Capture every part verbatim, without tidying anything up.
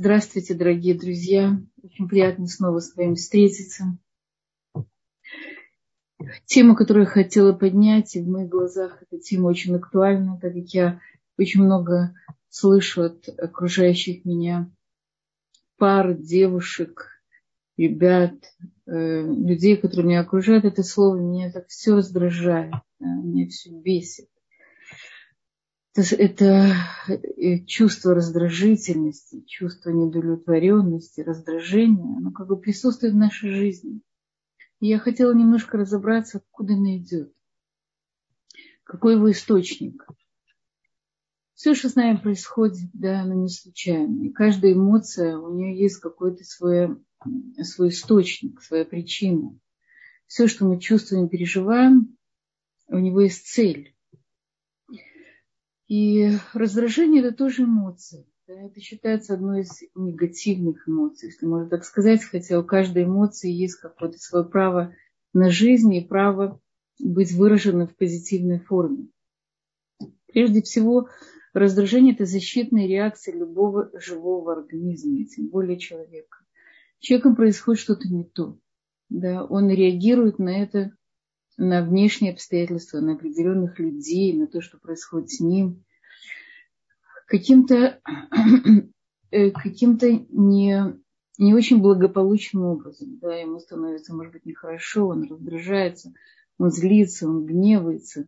Здравствуйте, дорогие друзья. Очень приятно снова с вами встретиться. Тема, которую я хотела поднять, и в моих глазах эта тема очень актуальна, так как я очень много слышу от окружающих меня пар, девушек, ребят, э, людей, которые меня окружают. Это слово меня так все раздражает, да, меня все бесит. Это чувство раздражительности, чувство недовлетворенности, раздражения, оно как бы присутствует в нашей жизни. И я хотела немножко разобраться, откуда оно идет, какой его источник. Все, что с нами происходит, да, оно не случайно. И каждая эмоция, у нее есть какой-то свой, свой источник, своя причина. Все, что мы чувствуем, переживаем, у него есть цель. И раздражение – это тоже эмоция. Да, это считается одной из негативных эмоций, если можно так сказать, хотя у каждой эмоции есть какое-то свое право на жизнь и право быть выраженным в позитивной форме. Прежде всего, раздражение – это защитная реакция любого живого организма, тем более человека. С человеком происходит что-то не то. Да, он реагирует на это, на внешние обстоятельства, на определенных людей, на то, что происходит с ним, каким-то, каким-то не, не очень благополучным образом. Да, ему становится, может быть, нехорошо, он раздражается, он злится, он гневается.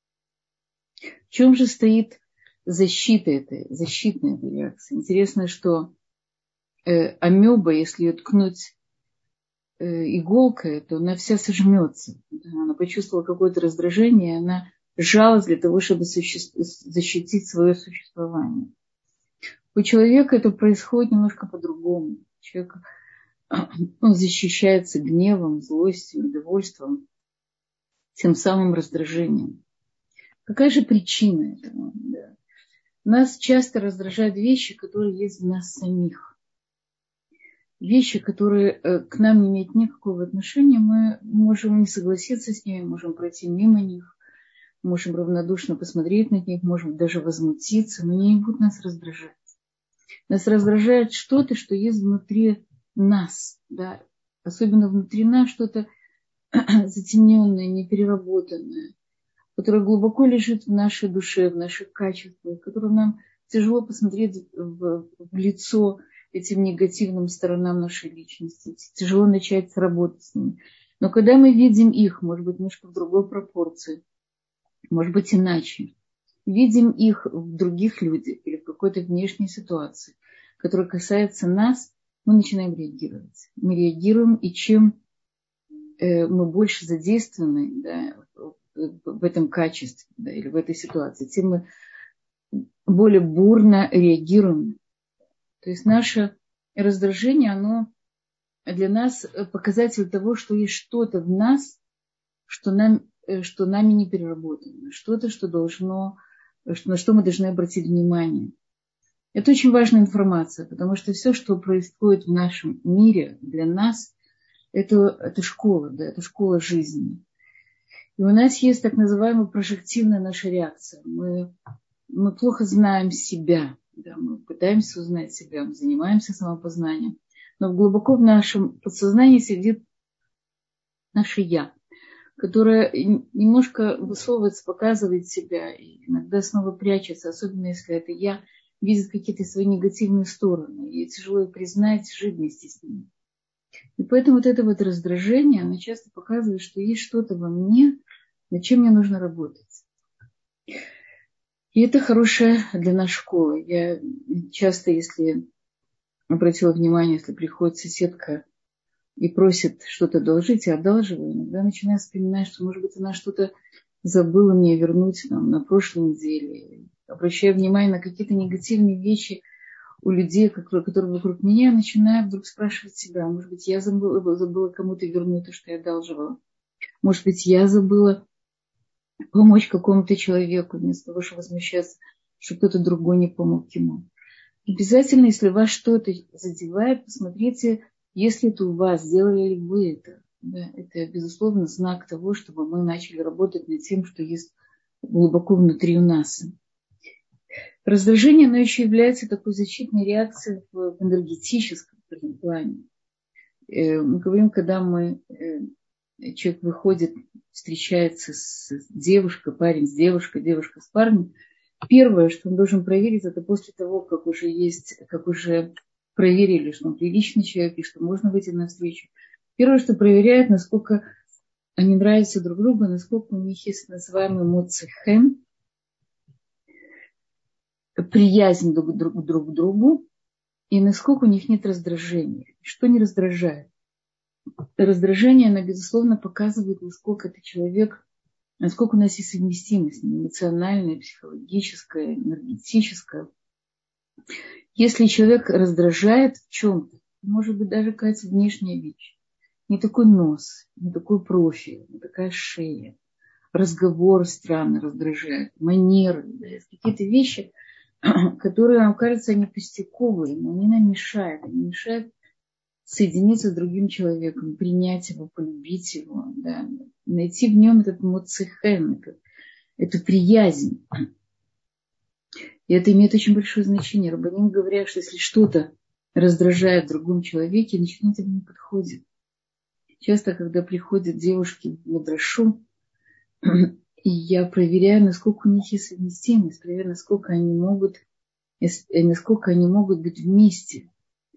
В чем же стоит защита этой, защитная этой реакции? Интересно, что э, амеба, если ее ткнуть э, иголкой, то она вся сожмется. Да, она почувствовала какое-то раздражение, она сжалась для того, чтобы суще... защитить свое существование. У человека это происходит немножко по-другому. Человек, он защищается гневом, злостью, недовольством, тем самым раздражением. Какая же причина этого? Да. Нас часто раздражают вещи, которые есть в нас самих. Вещи, которые к нам не имеют никакого отношения, мы можем не согласиться с ними, можем пройти мимо них, можем равнодушно посмотреть на них, можем даже возмутиться, но они не будут нас раздражать. Нас раздражает что-то, что есть внутри нас, да, особенно внутри нас что-то затемненное, непереработанное, которое глубоко лежит в нашей душе, в наших качествах, которое нам тяжело посмотреть в, в лицо этим негативным сторонам нашей личности, тяжело начать работать с ними. Но когда мы видим их, может быть, немножко в другой пропорции, может быть, иначе, видим их в других людях или в какой-то внешней ситуации, которая касается нас, мы начинаем реагировать. Мы реагируем, и чем э, мы больше задействованы, да, в этом качестве, да, или в этой ситуации, тем мы более бурно реагируем. То есть наше раздражение, оно для нас показатель того, что есть что-то в нас, что, нам, что нами не переработано, что-то, что должно, на что мы должны обратить внимание. Это очень важная информация, потому что все, что происходит в нашем мире для нас, это, это школа, да, это школа жизни. И у нас есть так называемая прожективная наша реакция. Мы, мы плохо знаем себя, да, мы пытаемся узнать себя, мы занимаемся самопознанием, но глубоко в нашем подсознании сидит наше «я», которое немножко высовывается, показывает себя, и иногда снова прячется, особенно если это «я» видит какие-то свои негативные стороны, и тяжело их признать, жить вместе с ними. И поэтому вот это вот раздражение, оно часто показывает, что есть что-то во мне, над чем мне нужно работать. И это хорошая для нас школа. Я часто, если обратила внимание, если приходит соседка и просит что-то одолжить, я одалживаю, иногда начинаю вспоминать, что, может быть, она что-то забыла мне вернуть нам, на прошлой неделе. Обращаю внимание на какие-то негативные вещи у людей, которые, которые вокруг меня, начинаю вдруг спрашивать себя, может быть, я забыла, забыла кому-то вернуть то, что я одалживала. Может быть, я забыла помочь какому-то человеку, вместо того, чтобы возмущаться, что кто-то другой не помог ему. Обязательно, если вас что-то задевает, посмотрите, если это у вас, сделали ли вы это. Да, это, безусловно, знак того, чтобы мы начали работать над тем, что есть глубоко внутри у нас. Раздражение, оно еще является такой защитной реакцией в энергетическом плане. Мы говорим, когда мы, человек выходит, встречается с девушкой, парень с девушкой, девушка с парнем, первое, что он должен проверить, это после того, как уже есть, как уже проверили, что он приличный человек и что можно выйти навстречу. Первое, что проверяет, насколько они нравятся друг другу, насколько у них есть называемый моцехен, приязнь друг, друг, друг к другу, и насколько у них нет раздражения. Что не раздражает? Раздражение, оно, безусловно, показывает, насколько это человек, насколько у нас есть совместимость эмоциональная, психологическая, энергетическая. Если человек раздражает в чем-то, может быть, даже какая-то внешняя вещь, не такой нос, не такой профиль, не такая шея, разговор странно раздражает, манеры, да, какие-то вещи, которые нам кажутся они пустяковые, но они нам мешают. Они мешают соединиться с другим человеком, принять его, полюбить его, да, найти в нем этот моцехен, эту приязнь. И это имеет очень большое значение. Рабаним говорят, что если что-то раздражает в другом человеке, начинать ему не подходит. Часто, когда приходят девушки в мидрашу, и я проверяю, насколько у них есть совместимость, проверяю, насколько они могут, насколько они могут быть вместе.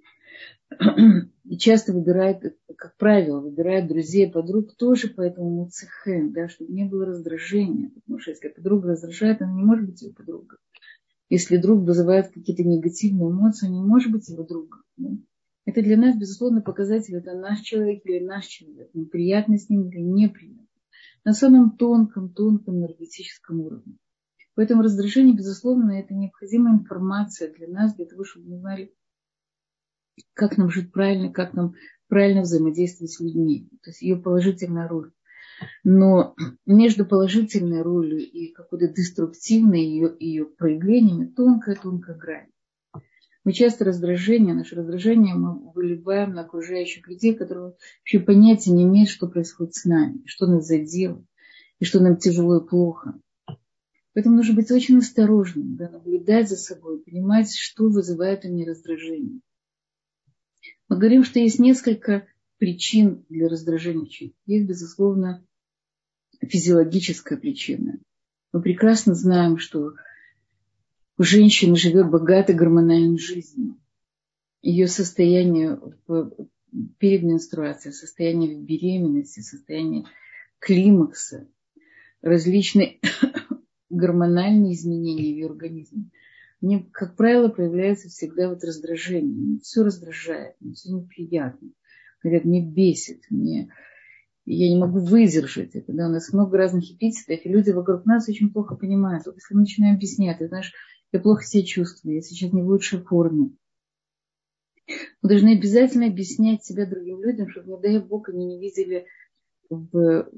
И часто выбирают, как правило, выбирают друзей и подруг тоже по этому муцехен, да, чтобы не было раздражения. Потому что если подруга раздражает, она не может быть его подругой. Если друг вызывает какие-то негативные эмоции, он не может быть его другом. Да? Это для нас, безусловно, показатель, это наш человек или наш человек. Мы приятны с ним или неприятно. На самом тонком, тонком энергетическом уровне. Поэтому раздражение, безусловно, это необходимая информация для нас, для того, чтобы мы знали, как нам жить правильно, как нам правильно взаимодействовать с людьми. То есть ее положительная роль. Но между положительной ролью и какой-то деструктивной ее, ее проявлениями тонкая-тонкая грань. Мы часто раздражение, наше раздражение мы выливаем на окружающих людей, которые вообще понятия не имеют, что происходит с нами, что нас задело, и что нам тяжело и плохо. Поэтому нужно быть очень осторожным, да, наблюдать за собой, понимать, что вызывает у меня раздражение. Мы говорим, что есть несколько причин для раздражения человека. Есть, безусловно, физиологическая причина. Мы прекрасно знаем, что женщина живет богатой гормональной жизнью. Ее состояние в, перед менструацией, состояние в беременности, состояние климакса, различные гормональные изменения в ее организме. Мне, как правило, проявляется всегда вот раздражение. Мне все раздражает, мне все неприятно. Говорят, мне бесит, мне... я не могу выдержать это. Да? У нас много разных эпитетов, и люди вокруг нас очень плохо понимают. Вот если мы начинаем объяснять, ты знаешь, я плохо себя чувствую, я сейчас не в лучшей форме. Мы должны обязательно объяснять себя другим людям, чтобы, не дай Бог, они не видели в,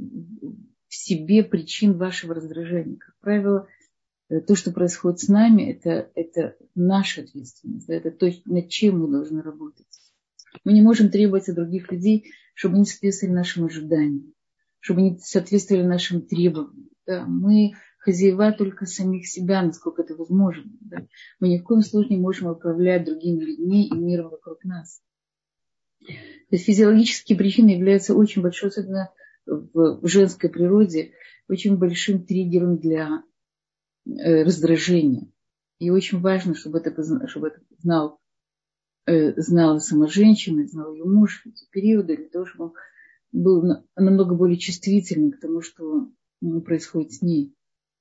в себе причин вашего раздражения. Как правило, то, что происходит с нами, это, это наша ответственность. Это то, над чем мы должны работать. Мы не можем требовать от других людей, чтобы они соответствовали нашим ожиданиям, чтобы они соответствовали нашим требованиям. Да? Мы хозяева только самих себя, насколько это возможно. Да? Мы ни в коем случае не можем управлять другими людьми и миром вокруг нас. То есть физиологические причины являются очень большой, особенно в женской природе, очень большим триггером для э, раздражения. И очень важно, чтобы это, чтобы это знал, э, знала сама женщина, знал ее муж в эти периоды, для того, чтобы он был намного более чувствительным к тому, что ну, происходит с ней.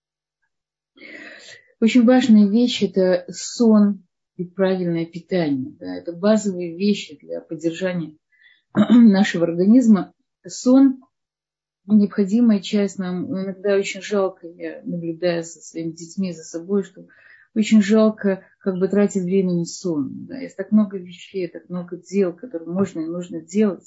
Очень важная вещь – это сон и правильное питание. Да, это базовые вещи для поддержания нашего организма. Сон – необходимая часть нам. Иногда очень жалко, я наблюдаю за своими детьми, за собой, что очень жалко как бы тратить время на сон. Да. Есть так много вещей, так много дел, которые можно и нужно делать.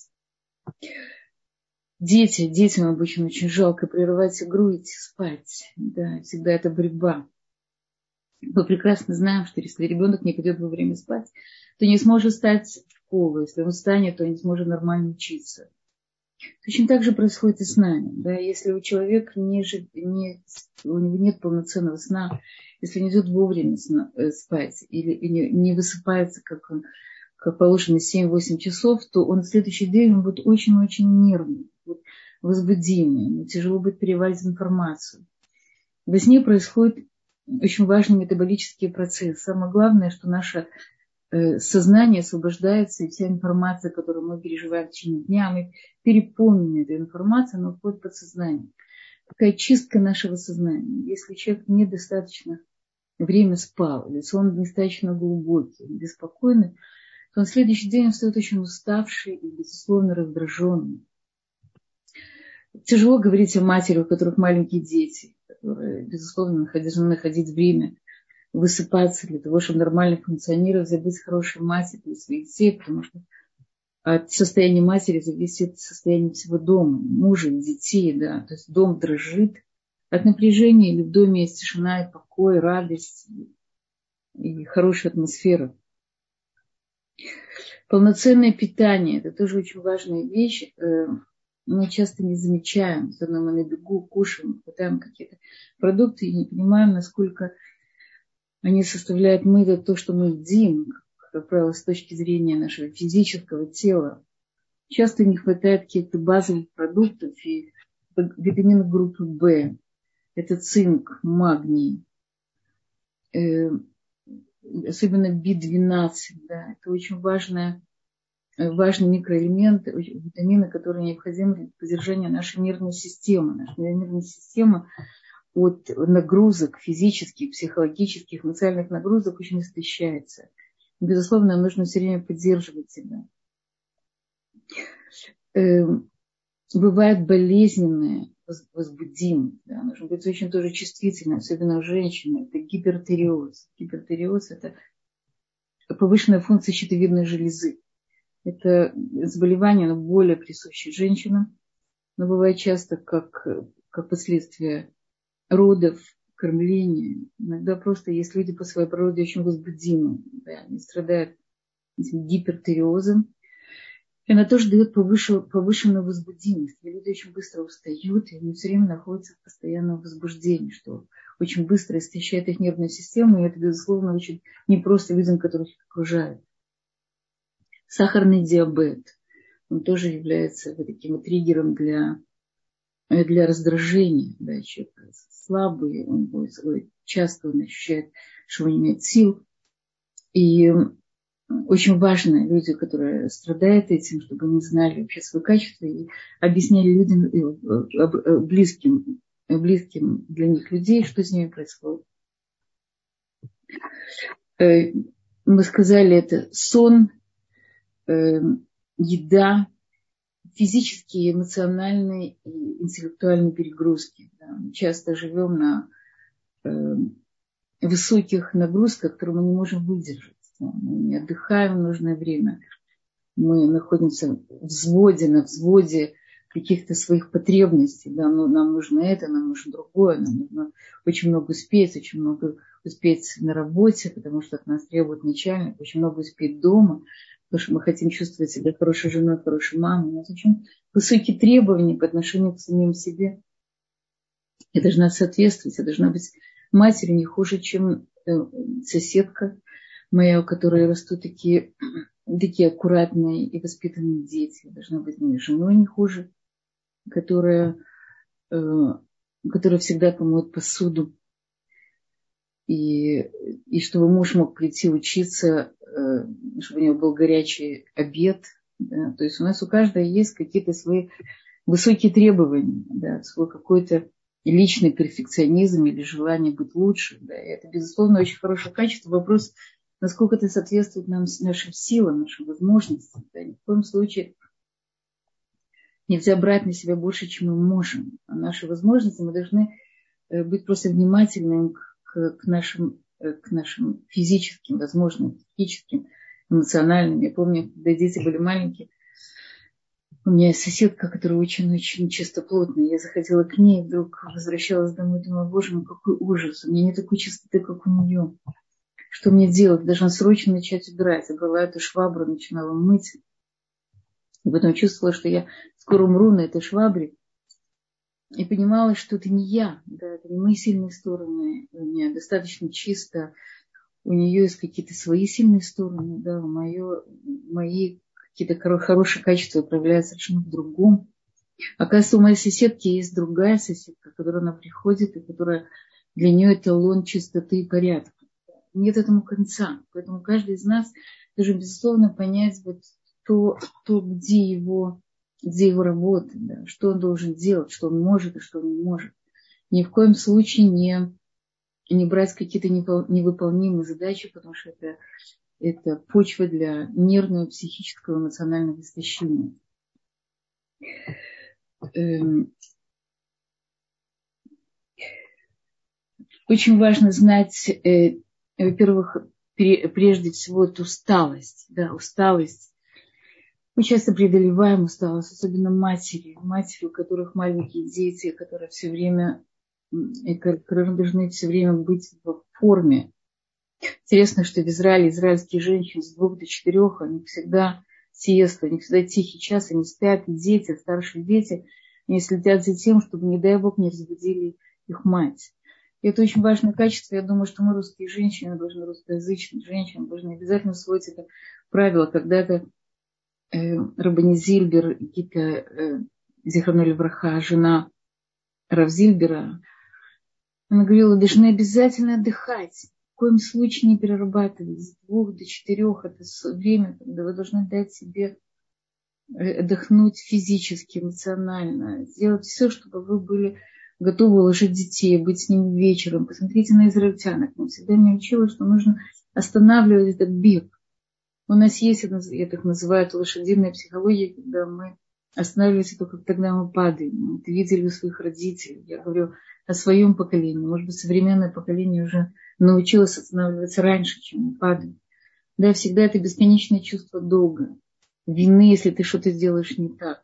Дети, детям обычно очень жалко прерывать игру и идти спать. Да, всегда это борьба. Мы прекрасно знаем, что если ребенок не пойдет во время спать, то не сможет встать в школу. Если он встанет, то не сможет нормально учиться. Точно так же происходит и с нами. Да? Если у человека не, не, у него нет полноценного сна, если не идет вовремя сна, э, спать или, или не высыпается, как, он, как положено, семь-восемь часов, то он в следующий день он будет очень-очень нервный, будет возбудимый, ему тяжело будет переваривать информацию. Во сне происходят очень важные метаболические процессы. Самое главное, что наше сознание освобождается, и вся информация, которую мы переживаем в течение дня, мы переполнены этой информацией, она уходит в подсознание. Такая чистка нашего сознания. Если человек недостаточно время спал, или сон недостаточно глубокий, беспокойный, то на следующий день он встает очень уставший и, безусловно, раздраженный. Тяжело говорить о матери, у которых маленькие дети, которые, безусловно, должны находить время высыпаться для того, чтобы нормально функционировать, забыть хорошей матери для своих детей, потому что от состояния матери зависит состояние всего дома, мужа и детей, да, то есть дом дрожит от напряжения, или в доме есть тишина и покой, радость и хорошая атмосфера. Полноценное питание – это тоже очень важная вещь. Мы часто не замечаем, все равно мы на бегу кушаем, хватаем какие-то продукты и не понимаем, насколько они составляют мы, это то, что мы едим, как правило, с точки зрения нашего физического тела. Часто не хватает каких-то базовых продуктов и витаминов группы В. Это цинк, магний, э, особенно Би двенадцать. Да, это очень важная, важный микроэлемент, витамины, которые необходимы для поддержания нашей нервной системы. Наша нервная система от нагрузок физических, психологических, эмоциональных нагрузок очень истощается. Безусловно, нам нужно все время поддерживать себя. Бывает болезненное возбудимость. Да? Нужно быть очень тоже чувствительным, особенно у женщин. Это гипертиреоз. Гипертиреоз – это повышенная функция щитовидной железы. Это заболевание, оно более присуще женщинам, но бывает часто как, как последствие родов, кормления. Иногда просто есть люди по своей природе очень возбудимы. Да, они страдают этим гипертиреозом. И она тоже дает повыше, повышенную возбудимость. И люди очень быстро устают, и они все время находятся в постоянном возбуждении, что очень быстро истощает их нервную систему, и это, безусловно, очень непросто людям, которых их окружают. Сахарный диабет, он тоже является таким вот триггером для, для раздражения. Да, человек слабый, он будет, часто он ощущает, что он не имеет сил. И очень важно люди, которые страдают этим, чтобы они знали вообще свои качества и объясняли людям, близким, близким для них людей, что с ними происходит. Мы сказали, это сон, еда, физические, эмоциональные и интеллектуальные перегрузки. Мы часто живем на высоких нагрузках, которые мы не можем выдержать. Мы не отдыхаем в нужное время. Мы находимся в взводе, на взводе каких-то своих потребностей. Да, ну, нам нужно это, нам нужно другое. Нам нужно очень много успеть, очень много успеть на работе, потому что от нас требует начальник, очень много успеть дома, потому что мы хотим чувствовать себя хорошей женой, хорошей мамой. У нас очень высокие требования по отношению к самим себе. Я должна соответствовать, я должна быть матерью не хуже, чем соседка моя, у которой растут такие, такие аккуратные и воспитанные дети. Я должна быть моей женой не хуже, которая, которая всегда помоет посуду. И, и чтобы муж мог прийти учиться, чтобы у него был горячий обед. Да. То есть у нас у каждого есть какие-то свои высокие требования, да, свой какой-то личный перфекционизм или желание быть лучше. Да. И это, безусловно, очень хорошее качество. Вопрос, насколько это соответствует нам, нашим силам, нашим возможностям. Да. Ни в коем случае нельзя брать на себя больше, чем мы можем. А наши возможности мы должны быть просто внимательными к, к, нашим, к нашим физическим возможностям, психическим, эмоциональным. Я помню, когда дети были маленькие, у меня есть соседка, которая очень-очень чистоплотная. Я заходила к ней, вдруг возвращалась домой, думала, боже мой, какой ужас. У меня нет такой чистоты, как у нее. Что мне делать? Должна срочно начать убирать. Я брала эту швабру, начинала мыть. И потом чувствовала, что я скоро умру на этой швабре. И понимала, что это не я, да, это не мои сильные стороны. У меня достаточно чисто. У нее есть какие-то свои сильные стороны, да, мое, мои какие-то хорошие качества проявляются совершенно в другом. Оказывается, у моей соседки есть другая соседка, к которой она приходит, и которая для нее эталон чистоты и порядка. Нет этому конца. Поэтому каждый из нас должен, безусловно, понять вот то, то где, его, где его работа, да, что он должен делать, что он может и что он не может. Ни в коем случае не, не брать какие-то невыполнимые задачи, потому что это, это почва для нервного, психического, эмоционального истощения. Очень важно знать, э, во-первых, пере, прежде всего, эту усталость. Да, усталость. Мы часто преодолеваем усталость, особенно матери. Матери, у которых маленькие дети, которые все время, которые должны все время быть в форме. Интересно, что в Израиле израильские женщины с двух до четырех, они всегда сиеста, они всегда тихий час, они спят, и дети, старшие дети, они следят за тем, чтобы, не дай Бог, не разбудили их мать. И это очень важное качество. Я думаю, что мы, русские женщины, должны, русскоязычные женщины, должны обязательно усвоить это правило. Когда-то э, Рабани Зильбер, Гита э, Зихрону левраха, жена Рав Зильбера, она говорила, должны обязательно отдыхать. В коем случае не перерабатывать. С двух до четырех это время, когда вы должны дать себе отдохнуть физически, эмоционально, сделать все, чтобы вы были готовы уложить детей, быть с ними вечером. Посмотрите на израильтянок. Мы всегда не учили, что нужно останавливать этот бег. У нас есть, я так называю, лошадиная психология, когда мы останавливаемся только тогда мы падаем. Мы это видели у своих родителей. Я говорю о своем поколении. Может быть, современное поколение уже научилось останавливаться раньше, чем мы падаем. Да, всегда это бесконечное чувство долга, вины, если ты что-то делаешь не так.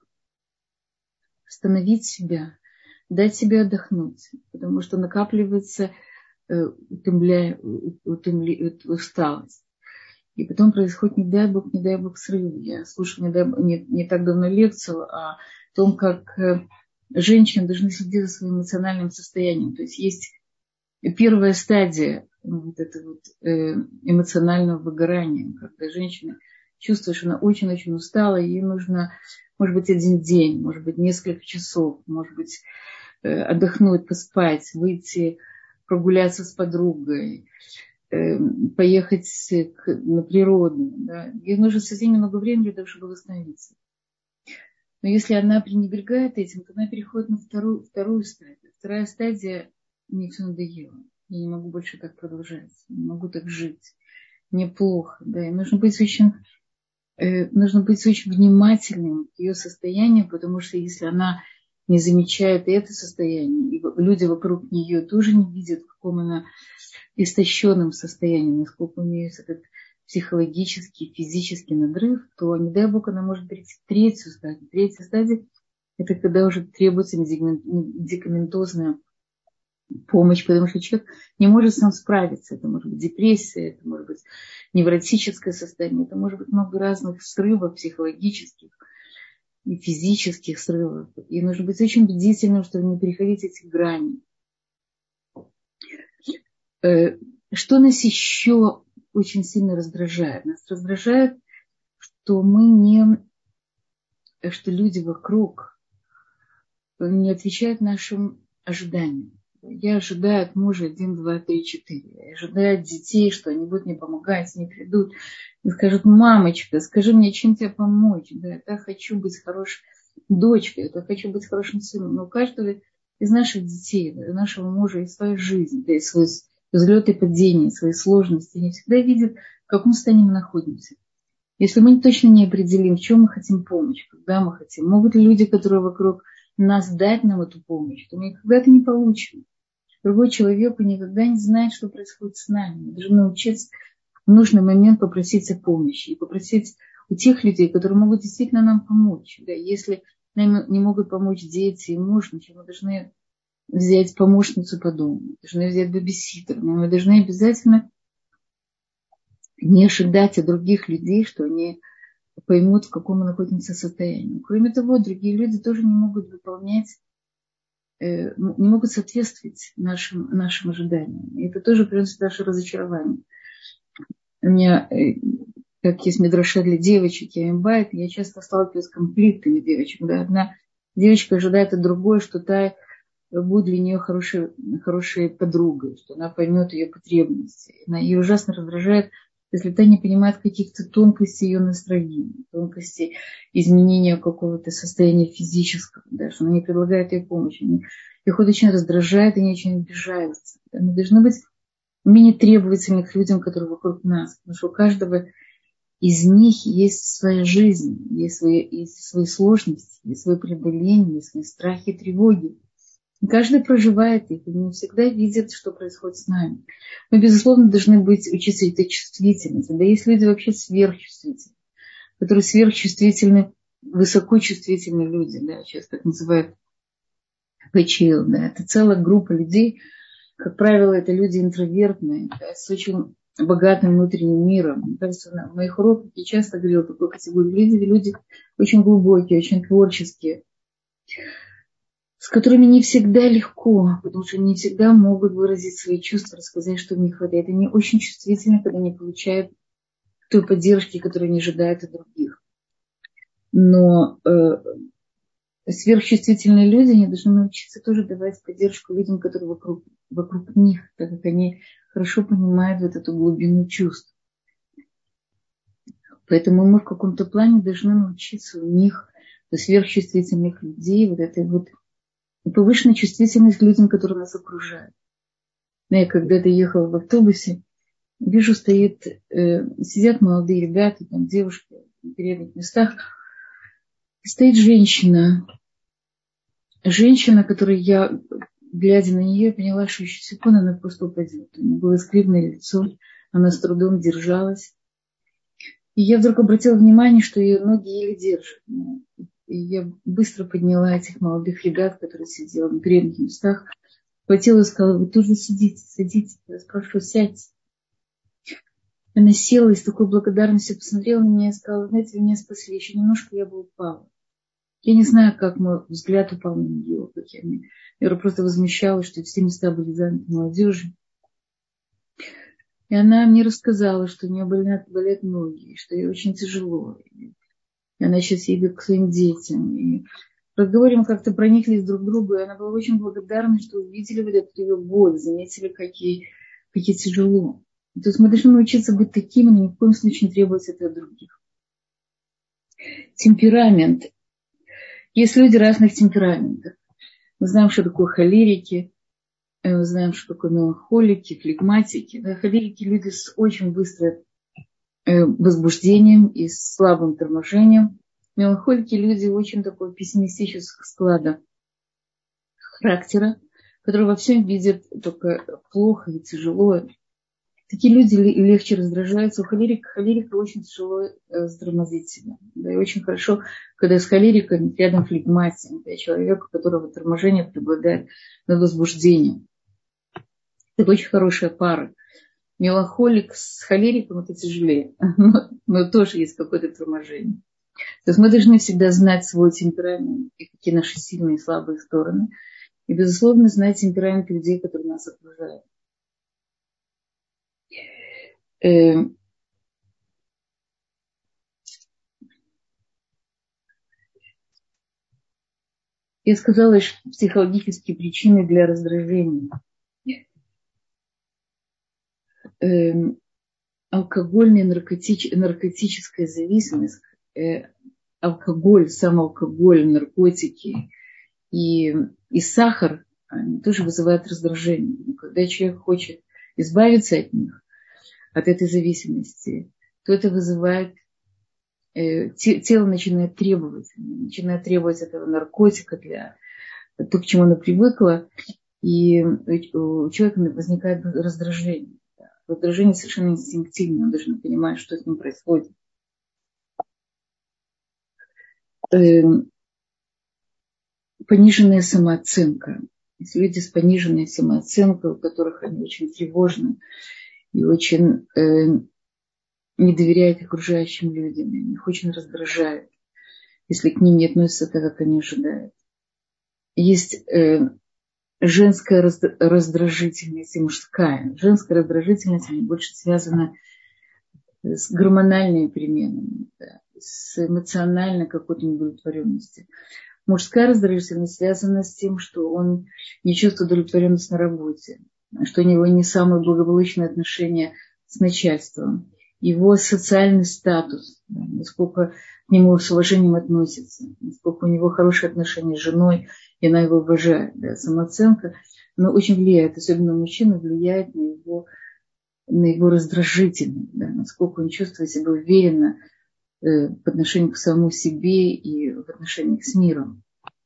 Остановить себя, дать себе отдохнуть, потому что накапливается э, утомля... утомля... усталость. И потом происходит, не дай Бог, не дай Бог, срыв. Я слушала не, дай... не, не так давно лекцию о том, как э, женщины должны следить за своим эмоциональным состоянием. То есть есть первая стадия вот этого вот, э, эмоционального выгорания, когда женщина чувствует, что она очень-очень устала, и ей нужно, может быть, один день, может быть, несколько часов, может быть, э, отдохнуть, поспать, выйти, прогуляться с подругой, э, поехать к, на природу. Да. Ей нужно совсем много времени для того, чтобы восстановиться. Но если она пренебрегает этим, то она переходит на вторую, вторую стадию. Вторая стадия – мне все надоело. Я не могу больше так продолжать. Не могу так жить. Мне плохо. Да. И нужно быть очень, э, нужно быть очень внимательным к ее состоянию, потому что если она не замечает это состояние, и люди вокруг нее тоже не видят, в каком она истощенном состоянии, насколько у нее есть этот психологический, физический надрыв, то, не дай Бог, она может перейти в третью стадию. Третья стадия – это когда уже требуется медикаментозная помощь, потому что человек не может сам справиться. Это может быть депрессия, это может быть невротическое состояние, это может быть много разных срывов психологических и физических срывов. И нужно быть очень бдительным, чтобы не переходить эти грани. Что нас еще очень сильно раздражает? Нас раздражает, что мы не, что люди вокруг не отвечают нашим ожиданиям. Я ожидаю от мужа один, два, три, четыре. Я ожидаю от детей, что они будут мне помогать, они придут и скажут: мамочка, скажи мне, чем тебе помочь? Да, я так хочу быть хорошей дочкой, я так хочу быть хорошим сыном. Но у каждого из наших детей, да, у нашего мужа есть своя жизнь, да, есть свой взлеты и падения, свои сложности. Они всегда видят, в каком состоянии мы находимся. Если мы точно не определим, в чем мы хотим помощь, когда мы хотим, могут ли люди, которые вокруг нас, дать нам эту помощь, то мы никогда это не получим. Другой человек никогда не знает, что происходит с нами. Мы должны научиться в нужный момент попросить о помощи и попросить у тех людей, которые могут действительно нам помочь. Да, если нам не могут помочь дети и муж, мы должны взять помощницу по дому, мы должны взять бэбиситера, но мы должны обязательно не ожидать от других людей, что они поймут, в каком мы находимся состоянии. Кроме того, другие люди тоже не могут выполнять, э, не могут соответствовать нашим, нашим ожиданиям. И это тоже приносит наше разочарование. У меня, э, как есть мидраша для девочек, я им байт, я часто сталкиваюсь с конфликтами девочек. Да? Одна девочка ожидает от другой, что та будет для нее хорошей, хорошей подругой, что она поймет ее потребности. Она, ее ужасно раздражает, если та не понимает каких-то тонкостей ее настроения, тонкостей изменения какого-то состояния физического, да, что она не предлагает ей помощи. Они, их очень раздражает, и они очень обижаются. Да. Мы должны быть менее требовательны к людям, которые вокруг нас, потому что у каждого из них есть своя жизнь, есть свои, есть свои сложности, есть свои преодоления, есть свои страхи и тревоги. И каждый проживает их, и не всегда видит, что происходит с нами. Мы, безусловно, должны быть, учиться этой чувствительности. Да есть люди вообще сверхчувствительные, которые сверхчувствительны, высокочувствительные люди, да, сейчас так называют пэ че эл, да. Это целая группа людей, как правило, это люди интровертные, да, с очень богатым внутренним миром. Мне кажется, на моих уроках я часто говорила о такой категории людей, люди очень глубокие, очень творческие, с которыми не всегда легко, потому что не всегда могут выразить свои чувства, рассказать, что им не хватает. Они очень чувствительны, когда не получают той поддержки, которую они ожидают от других. Но э, сверхчувствительные люди, они должны научиться тоже давать поддержку людям, которые вокруг, вокруг них, так как они хорошо понимают вот эту глубину чувств. Поэтому мы в каком-то плане должны научиться у них, у сверхчувствительных людей, вот этой вот повышенная чувствительность к людям, которые нас окружают. Я когда-то ехала в автобусе, вижу, стоит, э, сидят молодые ребята, там девушки в передних местах. И стоит женщина. Женщина, которая я, глядя на нее, поняла, что еще секунду она просто упадет. У нее было искривленное лицо, она с трудом держалась. И я вдруг обратила внимание, что ее ноги еле держат. И я быстро подняла этих молодых ребят, которые сидели на передних местах, схватила и сказала: вы тоже сидите, садитесь. Я спрашиваю: сядьте. Она села и с такой благодарностью посмотрела на меня и сказала: знаете, вы меня спасли, еще немножко я бы упала. Я не знаю, как мой взгляд упал на нее. Как я, я просто возмущалась, что все места были заняты молодежью. И она мне рассказала, что у нее болят, болят ноги, что ей очень тяжело. И она сейчас едет к своим детям. И разговорим как-то прониклись друг к другу. И она была очень благодарна, что увидели вот эту ее боль, заметили, как ей, как ей тяжело. То есть мы должны научиться быть такими, но ни в коем случае не требовать это от других. Темперамент. Есть люди разных темпераментов. Мы знаем, что такое холерики, мы знаем, что такое меланхолики, флегматики. Да, холерики – люди с очень быстрым возбуждением и с слабым торможением. Меланхолики – люди очень такого пессимистического склада характера, которые во всем видят только плохо и тяжело. Такие люди легче раздражаются. У холерика, холерика очень тяжело э, затормозить себя. Да, и очень хорошо, когда с холериком рядом флегматик, да, человек, у которого торможение преобладает над возбуждением. Это очень хорошая пара. Меланхолик с холериком — это тяжелее, но, но тоже есть какое-то торможение. То есть мы должны всегда знать свой темперамент и какие наши сильные и слабые стороны. И, безусловно, знать темперамент людей, которые нас окружают. Я сказала, что психологические причины для раздражения. Алкогольная наркотич, наркотическая зависимость, алкоголь, сам алкоголь, наркотики и, и сахар, они тоже вызывают раздражение. Но когда человек хочет избавиться от них, от этой зависимости, то это вызывает, э, тело начинает требовать, начинает требовать этого наркотика для того, к чему оно привыкло, и у человека возникает раздражение. Раздражение совершенно инстинктивно, он даже не понимает, что с ним происходит. Э, пониженная самооценка. Есть люди с пониженной самооценкой, у которых они очень тревожны и очень э, не доверяет окружающим людям, их очень раздражает, если к ним не относятся так, как они ожидают. Есть э, женская раздражительность и мужская. Женская раздражительность она больше связана с гормональными переменами, да, с эмоциональной какой-то неудовлетворенностью. Мужская раздражительность связана с тем, что он не чувствует удовлетворенности на работе, что у него не самые благополучные отношения с начальством, его социальный статус, да, насколько к нему с уважением относятся, насколько у него хорошие отношения с женой, и она его уважает. Да, самооценка, но очень влияет, особенно мужчина, влияет на его, на его раздражительность, да, насколько он чувствует себя уверенно э, по отношению к самому себе и в отношениях с миром.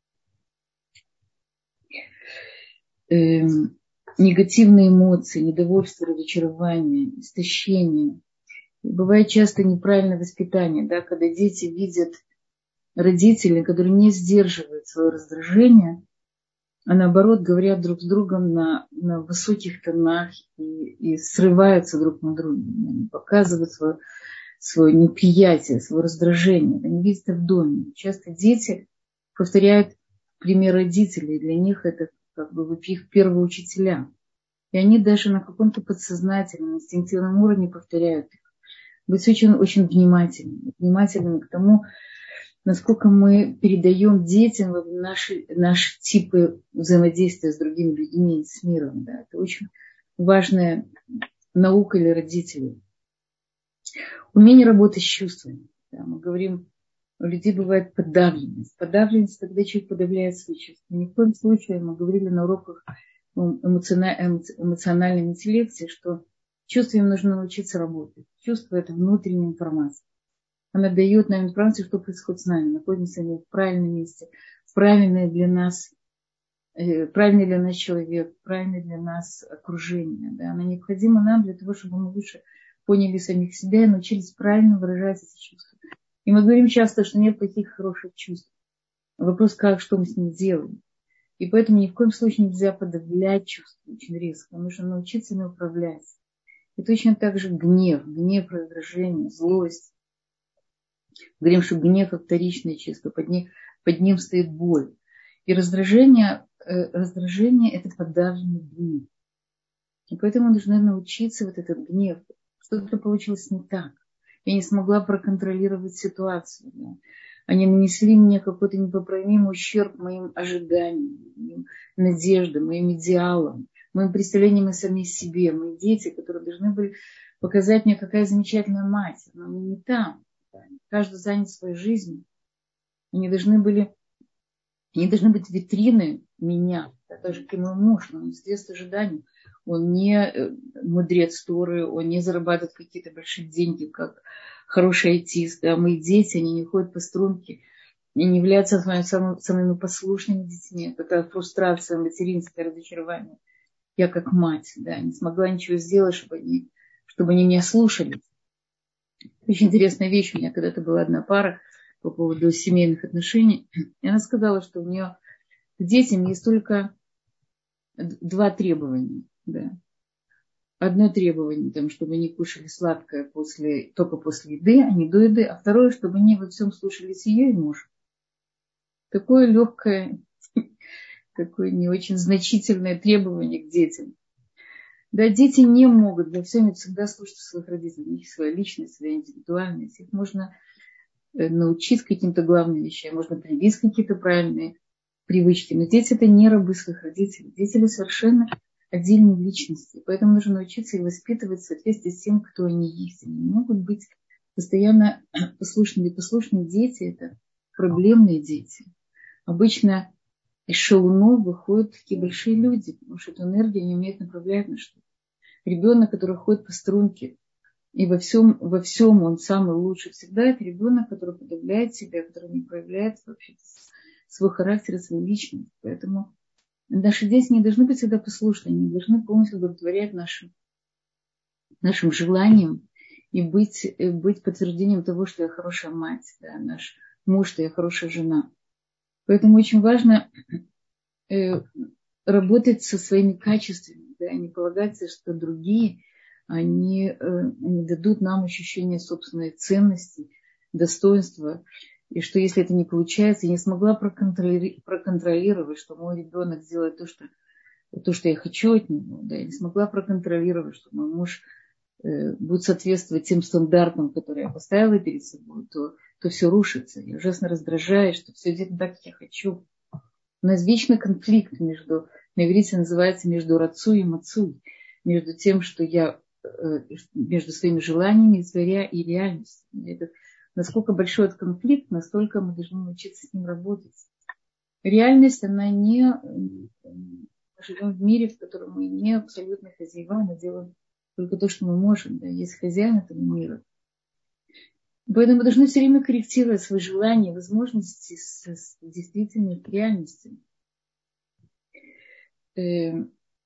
Э, негативные эмоции, недовольство, разочарование, истощение. И бывает часто неправильное воспитание, да, когда дети видят родителей, которые не сдерживают свое раздражение, а наоборот говорят друг с другом на, на высоких тонах и, и срываются друг на друга. Они показывают свое, свое неприятие, свое раздражение. Они видят это в доме. Часто дети повторяют пример родителей. Для них это как бы их первые учителя. И они даже на каком-то подсознательном, инстинктивном уровне повторяют их. Быть очень, очень внимательными. Внимательными к тому, насколько мы передаем детям наши, наши типы взаимодействия с другими людьми, с миром. Да. Это очень важная наука для родителей. Умение работать с чувствами. Да. Мы говорим, у людей бывает подавленность. Подавленность, когда человек подавляет свои чувства. Ни в коем случае, мы говорили на уроках эмоциональной интеллекции, что чувствам нужно научиться работать. Чувство – это внутренняя информация. Она дает нам информацию, что происходит с нами. Находимся мы в правильном месте, в правильное для нас, э, правильный для нас человек, правильное для нас окружение. Да? Она необходима нам для того, чтобы мы лучше поняли самих себя и научились правильно выражать эти чувства. И мы говорим часто, что нет таких хороших чувств. Вопрос, как, что мы с ними делаем. И поэтому ни в коем случае нельзя подавлять чувства очень резко. Нужно научиться ими управлять. И точно так же гнев, гнев, раздражение, злость. Говорим, что гнев – это вторичное чувство, под ним, под ним стоит боль. И раздражение, э, раздражение – это подавленный гнев. И поэтому мы должны научиться вот этот гнев. Что-то получилось не так. Я не смогла проконтролировать ситуацию. Да. Они нанесли мне какой-то непоправимый ущерб моим ожиданиям, моим надеждам, моим идеалам, моим представлениям о самой себе. Мои дети, которые должны были показать мне, какая замечательная мать. Но они не там. Каждый занят своей жизнью. Они должны были, они должны быть витриной меня, так же, как и мой муж, но он средств ожиданий. Он не мудрец Торы, он не зарабатывает какие-то большие деньги, как хороший айтист. А мои дети, они не ходят по струнке, они не являются самыми, самыми послушными детьми. Такая фрустрация, материнское разочарование. Я как мать, да, не смогла ничего сделать, чтобы они, чтобы они меня слушались. Очень интересная вещь. У меня когда-то была одна пара по поводу семейных отношений. И она сказала, что у нее к детям есть только два требования. Да. Одно требование, там, чтобы они кушали сладкое после, только после еды, а не до еды. А второе, чтобы они во всем слушались ее и мужа. Такое легкое, такое не очень значительное требование к детям. Да, дети не могут во всем всегда слушать своих родителей. У них своя личность, своя индивидуальность. Их можно научить каким-то главным вещам, можно привить какие-то правильные привычки. Но дети – это не рабы своих родителей. Дети совершенно отдельные личности. Поэтому нужно научиться их воспитывать в соответствии с тем, кто они есть. Они не могут быть постоянно послушными. Послушные дети – это проблемные дети. Обычно из шалунов выходят такие большие люди, потому что эту энергию не умеют направлять на что-то. Ребенок, который ходит по струнке, и во всем, во всем он самый лучший всегда, это ребенок, который подавляет себя, который не проявляет вообще свой характер и свою личность. Поэтому наши дети не должны быть всегда послушны, они должны полностью удовлетворять нашим, нашим желаниям и быть, быть подтверждением того, что я хорошая мать, да, наш муж, что я хорошая жена. Поэтому очень важно э, работать со своими качествами, да, не полагаться, что другие они, они дадут нам ощущение собственной ценности, достоинства. И что если это не получается, я не смогла проконтроли- проконтролировать, что мой ребенок сделает то, что, то, что я хочу от него. Да, я не смогла проконтролировать, что мой муж э, будет соответствовать тем стандартам, которые я поставила перед собой, то, то все рушится. Я ужасно раздражаюсь, что все идет так, как я хочу. У нас вечный конфликт между, на иврите называется между рацу и мацуй, между тем, что я, между своими желаниями и реальностью. Это, насколько большой этот конфликт, настолько мы должны научиться с ним работать. Реальность, она не... Мы живем в мире, в котором мы не абсолютно хозяева, мы делаем только то, что мы можем. Да? Есть хозяин этого мира. Поэтому мы должны все время корректировать свои желания, возможности с, с действительной реальностью. Мы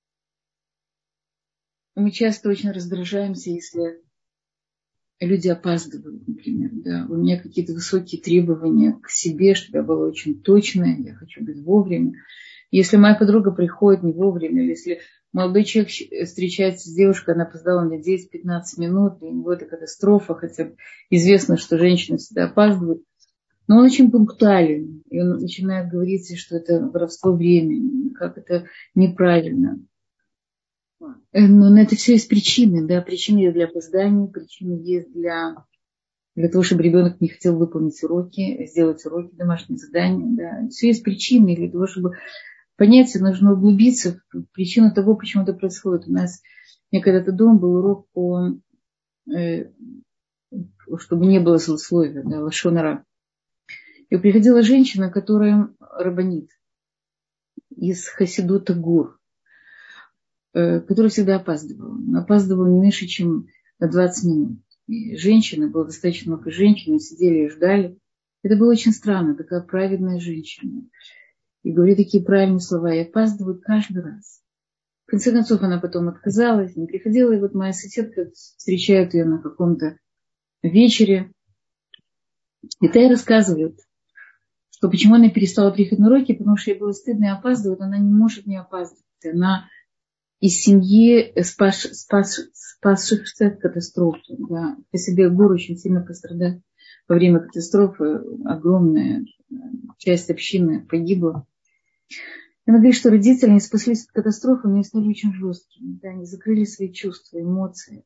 часто очень раздражаемся, если люди опаздывают, например. Да. У меня какие-то высокие требования к себе, чтобы я была очень точная, я хочу быть вовремя. Если моя подруга приходит не вовремя, или если молодой человек встречается с девушкой, она опоздала на десять-пятнадцать минут, для него это катастрофа, хотя известно, что женщины всегда опаздывают. Но он очень пунктуален, и он начинает говорить, что это воровство времени, как это неправильно. Но на это все есть причины, да, причины есть для опоздания, причины есть для, для того, чтобы ребенок не хотел выполнить уроки, сделать уроки, домашние задания, да, все есть причины для того, чтобы понять, нужно углубиться в причину того, почему это происходит. У нас, у меня когда-то дома был урок по, э, чтобы не было злословия, да, лашон ара. И приходила женщина, которая рабанит из Хасидута Гур, которая всегда опаздывала. Она опаздывала не меньше, чем на двадцать минут. И женщины, было достаточно много женщин, сидели и ждали. Это было очень странно, такая праведная женщина. И говорит такие правильные слова, и опаздывают каждый раз. В конце концов, она потом отказалась, не приходила. И вот моя соседка встречает ее на каком-то вечере. И та ей рассказывает, что почему она перестала приходить на уроки, потому что ей было стыдно и опаздывать, она не может не опаздывать. Она из семьи спас, спас, спасшихся катастрофы. Да. По себе Гур очень сильно пострадал во время катастрофы. Огромная часть общины погибла. Она говорит, что родители не спаслись от катастрофы, но они стали очень жесткими. Да, они закрыли свои чувства, эмоции.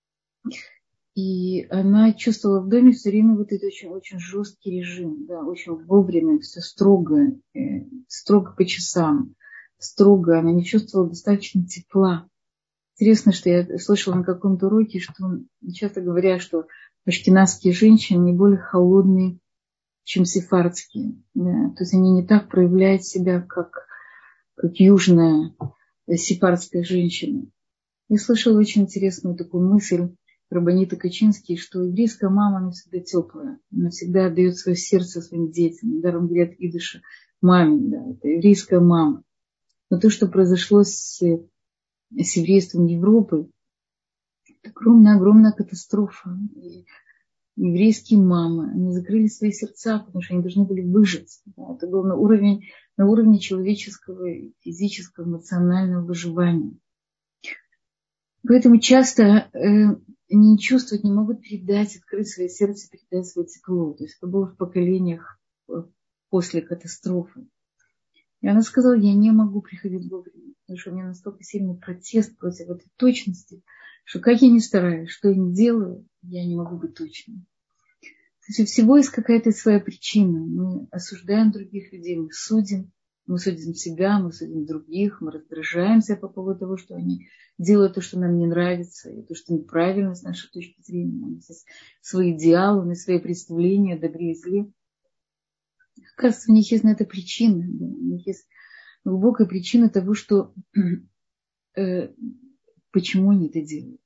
И она чувствовала в доме все время вот этот очень, очень жесткий режим, да, очень вовремя, все строго, э, строго по часам, строго. Она не чувствовала достаточно тепла. Интересно, что я слышала на каком-то уроке, что часто говорят, что ашкеназские женщины не более холодные, чем сефардские. Да. То есть они не так проявляют себя, как, как южная сефардская женщина. Я слышала очень интересную такую мысль Рабанита Качинский, что еврейская мама, она всегда теплая. Она всегда отдает свое сердце своим детям. Даром говорят идыша маме, да, это еврейская мама. Но то, что произошло с, с еврейством Европы, это огромная-огромная катастрофа. И еврейские мамы, они закрыли свои сердца, потому что они должны были выжить. Да, это было на уровне, на уровне человеческого, физического, эмоционального выживания. Поэтому часто э, не чувствуют, не могут передать, открыть свое сердце, передать свое тепло. То есть это было в поколениях после катастрофы. И она сказала, я не могу приходить вовремя, потому что у меня настолько сильный протест против этой точности, что как я ни стараюсь, что я не делаю, я не могу быть точной. То есть у всего есть какая-то своя причина. Мы осуждаем других людей, мы судим. Мы судим себя, мы судим других, мы раздражаемся по поводу того, что они делают то, что нам не нравится, и то, что неправильно с нашей точки зрения. У нас есть свои идеалы, у нас свои представления о добре и зле. Оказывается, у них есть на это причина. Да? У них есть глубокая причина того, что э, почему они это делают.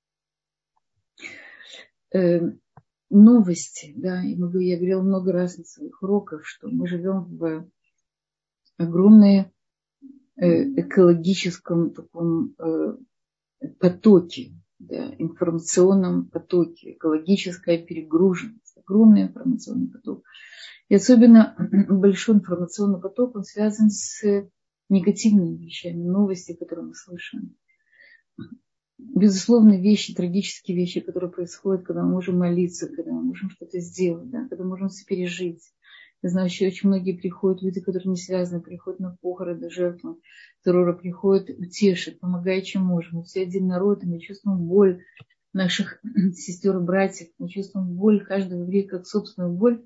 Э, новости, да, я говорила много раз на своих уроках, что мы живем в огромной экологическом таком э, потоке, да, информационном потоке, экологическая перегруженность, огромный информационный поток. И особенно большой информационный поток, он связан с негативными вещами, новости, которые мы слышим. безусловно, вещи, трагические вещи, которые происходят, когда мы можем молиться, когда мы можем что-то сделать, да, когда мы можем сопережить. Я знаю, еще очень многие приходят, люди, которые не связаны, приходят на похороны, жертвы террора, приходят, утешат, помогая, чем можем. Мы все один народ, и мы чувствуем боль наших сестер и братьев, мы чувствуем боль каждого еврея как собственную боль.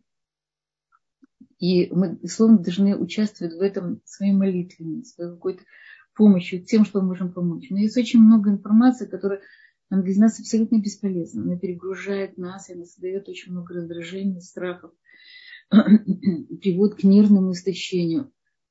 И мы, словно, должны участвовать в этом своей молитвой, своей какой-то помощью, тем, что мы можем помочь. Но есть очень много информации, которая нам для нас абсолютно бесполезна. Она перегружает нас, и она создает очень много раздражений, страхов, приводит к нервному истощению.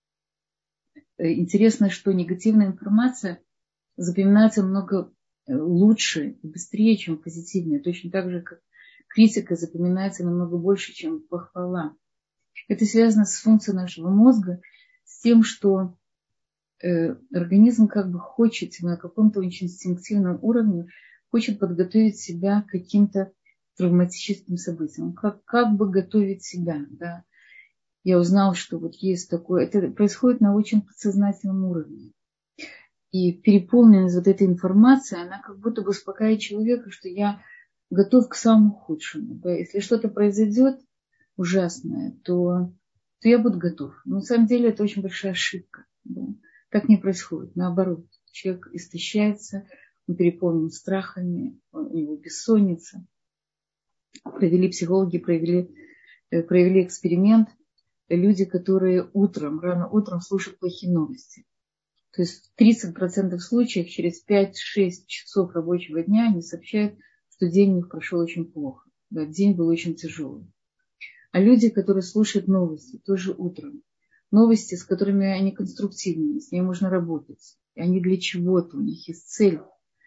Интересно, что негативная информация запоминается много лучше и быстрее, чем позитивная. Точно так же, как критика запоминается намного больше, чем похвала. Это связано с функцией нашего мозга, с тем, что э, организм как бы хочет на каком-то очень инстинктивном уровне, хочет подготовить себя к каким-то травматическим событиям. Как, как бы готовить себя, да. Я узнала, что вот есть такое. Это происходит на очень подсознательном уровне. И переполненность вот этой информацией, она как будто бы успокаивает человека, что я готов к самому худшему. Да. Если что-то произойдет ужасное, то, то я буду готов. Но на самом деле это очень большая ошибка. Да. Так не происходит. Наоборот, человек истощается, он переполнен страхами, у него бессонница. Провели психологи, провели, провели эксперимент. Люди, которые утром, рано утром слушают плохие новости. То есть в тридцать процентов случаев через пять-шесть часов рабочего дня они сообщают, что день у них прошел очень плохо. Да, день был очень тяжелый. А люди, которые слушают новости, тоже утром, новости, с которыми они конструктивны, с ними можно работать, и они для чего-то, у них есть цель,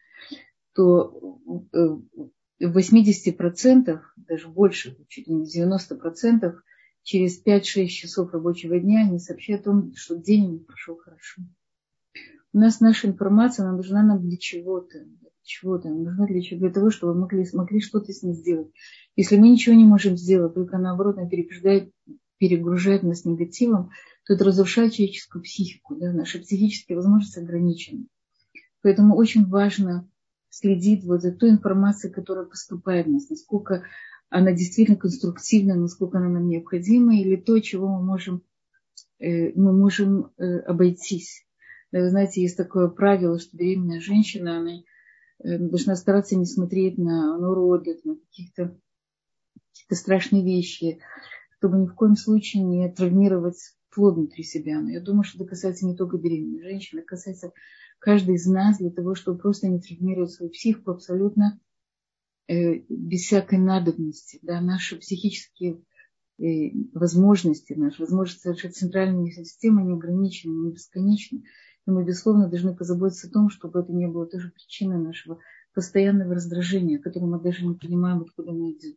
то в восемьдесят процентов, даже больше, чуть ли не девяносто процентов, через пять-шесть часов рабочего дня они сообщают о том, что день у них прошел хорошо. У нас наша информация, она нужна нам для чего-то. Для чего-то. Она нужна для, чего? Для того, чтобы мы могли, могли что-то с ней сделать. Если мы ничего не можем сделать, только наоборот, она перегружает, перегружает нас негативом, то это разрушает человеческую психику. Да? Наши психические возможности ограничены. Поэтому очень важно следить вот за той информацией, которая поступает в нас, насколько она действительно конструктивна, насколько она нам необходима, или то, чего мы можем, мы можем обойтись. Да, вы знаете, есть такое правило, что беременная женщина, она должна стараться не смотреть на, на уроды, на каких-то, какие-то страшные вещи, чтобы ни в коем случае не травмировать плод внутри себя. Но я думаю, что это касается не только беременной женщины, это касается каждой из нас для того, чтобы просто не травмировать свою психику абсолютно э, без всякой надобности. Да, наши психические э, возможности, наши возможности совершать центральную нервную систему не ограничены, не бесконечны. И мы, безусловно, должны позаботиться о том, чтобы это не было тоже причиной нашего постоянного раздражения, которое мы даже не понимаем, откуда оно идет.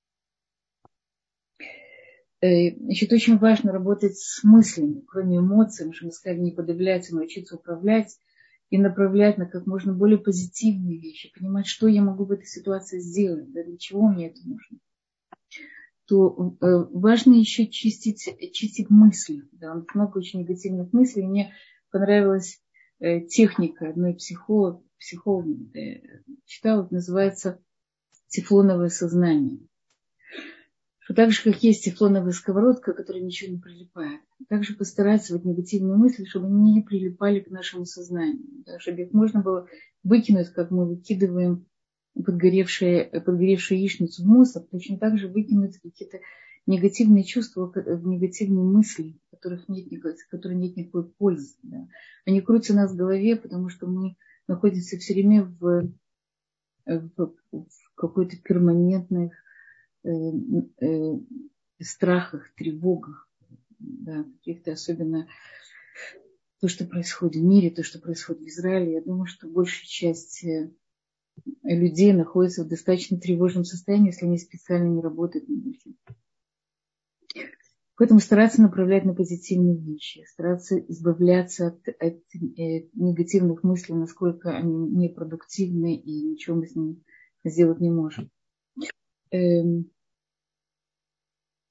Значит, очень важно работать с мыслями, кроме эмоций, что мы сказали, не подавлять, а научиться управлять и направлять на как можно более позитивные вещи, понимать, что я могу в этой ситуации сделать, да, для чего мне это нужно. То э, важно еще чистить, чистить мысли. Да, много очень негативных мыслей. Мне понравилась э, техника одной психолог, психолога, э, читала, называется тефлоновое сознание. Что так же, как есть тефлоновая сковородка, которая ничего не прилипает, также постараться вот негативные мысли, чтобы они не прилипали к нашему сознанию. Да, чтобы их можно было выкинуть, как мы выкидываем подгоревшую, подгоревшую яичницу в мусор, точно так же выкинуть какие-то негативные чувства, негативные мысли, в которых нет, в которых нет никакой пользы. Да. Они крутятся у нас в голове, потому что мы находимся все время в, в, в какой-то перманентной э, э, страхах, тревогах, да, каких-то особенно то, что происходит в мире, то, что происходит в Израиле. Я думаю, что большая часть людей находятся в достаточно тревожном состоянии, если они специально не работают над этим. Поэтому стараться направлять на позитивные вещи, стараться избавляться от, от э, негативных мыслей, насколько они непродуктивны и ничего мы с ними сделать не можем. Эм,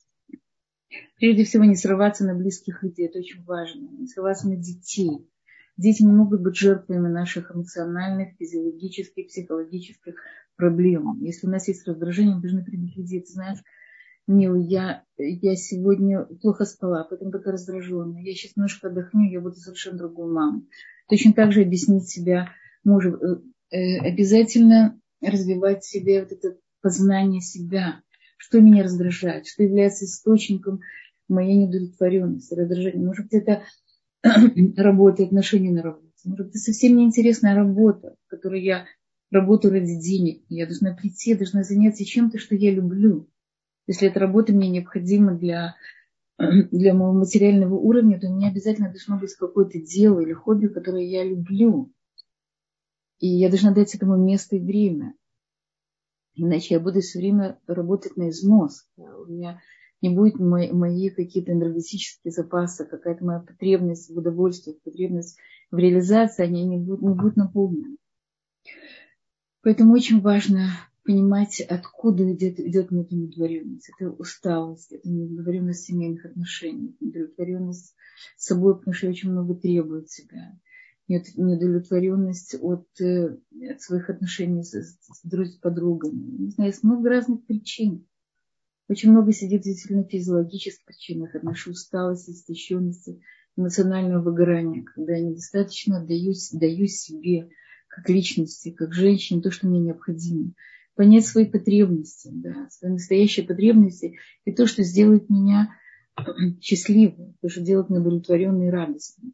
прежде всего, не срываться на близких людей, это очень важно. Не срываться на детей, Дети не могут быть жертвами наших эмоциональных, физиологических, психологических проблем. Если у нас есть раздражение, мы должны предупредить, знаешь, Мил, я, я сегодня плохо спала, потом такая раздраженная. Я сейчас немножко отдохну, я буду совершенно другой мамой. Точно так же объяснить себя мужу. Э, обязательно развивать в себе вот это познание себя. Что меня раздражает, что является источником моей недовлетворенности, раздражения. Может быть, это работа, отношения на работе. Может быть, это совсем неинтересная работа, в которой я работаю ради денег. Я должна прийти, я должна заняться чем-то, что я люблю. Если эта работа мне необходима для, для моего материального уровня, то у меня обязательно должно быть какое-то дело или хобби, которое я люблю. И я должна дать этому место и время. Иначе я буду все время работать на износ. У меня не будет мои, мои какие-то энергетические запасы, какая-то моя потребность в удовольствии, потребность в реализации, они не будут, не будут наполнены. Поэтому очень важно понимать, откуда идет, идет неудовлетворенность. Это усталость, это неудовлетворенность семейных отношений, неудовлетворенность с собой, потому что я очень много требую от себя. Неудовлетворенность от, от своих отношений с, с, с подругами. Не знаю, есть много разных причин. Очень много сидит действительно физиологических причинах, от нашей усталости, истощенности, эмоционального выгорания, когда я недостаточно даю, даю себе как личности, как женщине, то, что мне необходимо. Понять свои потребности, да, свои настоящие потребности и то, что сделает меня счастливой, то, что делает меня удовлетворенной и радостной.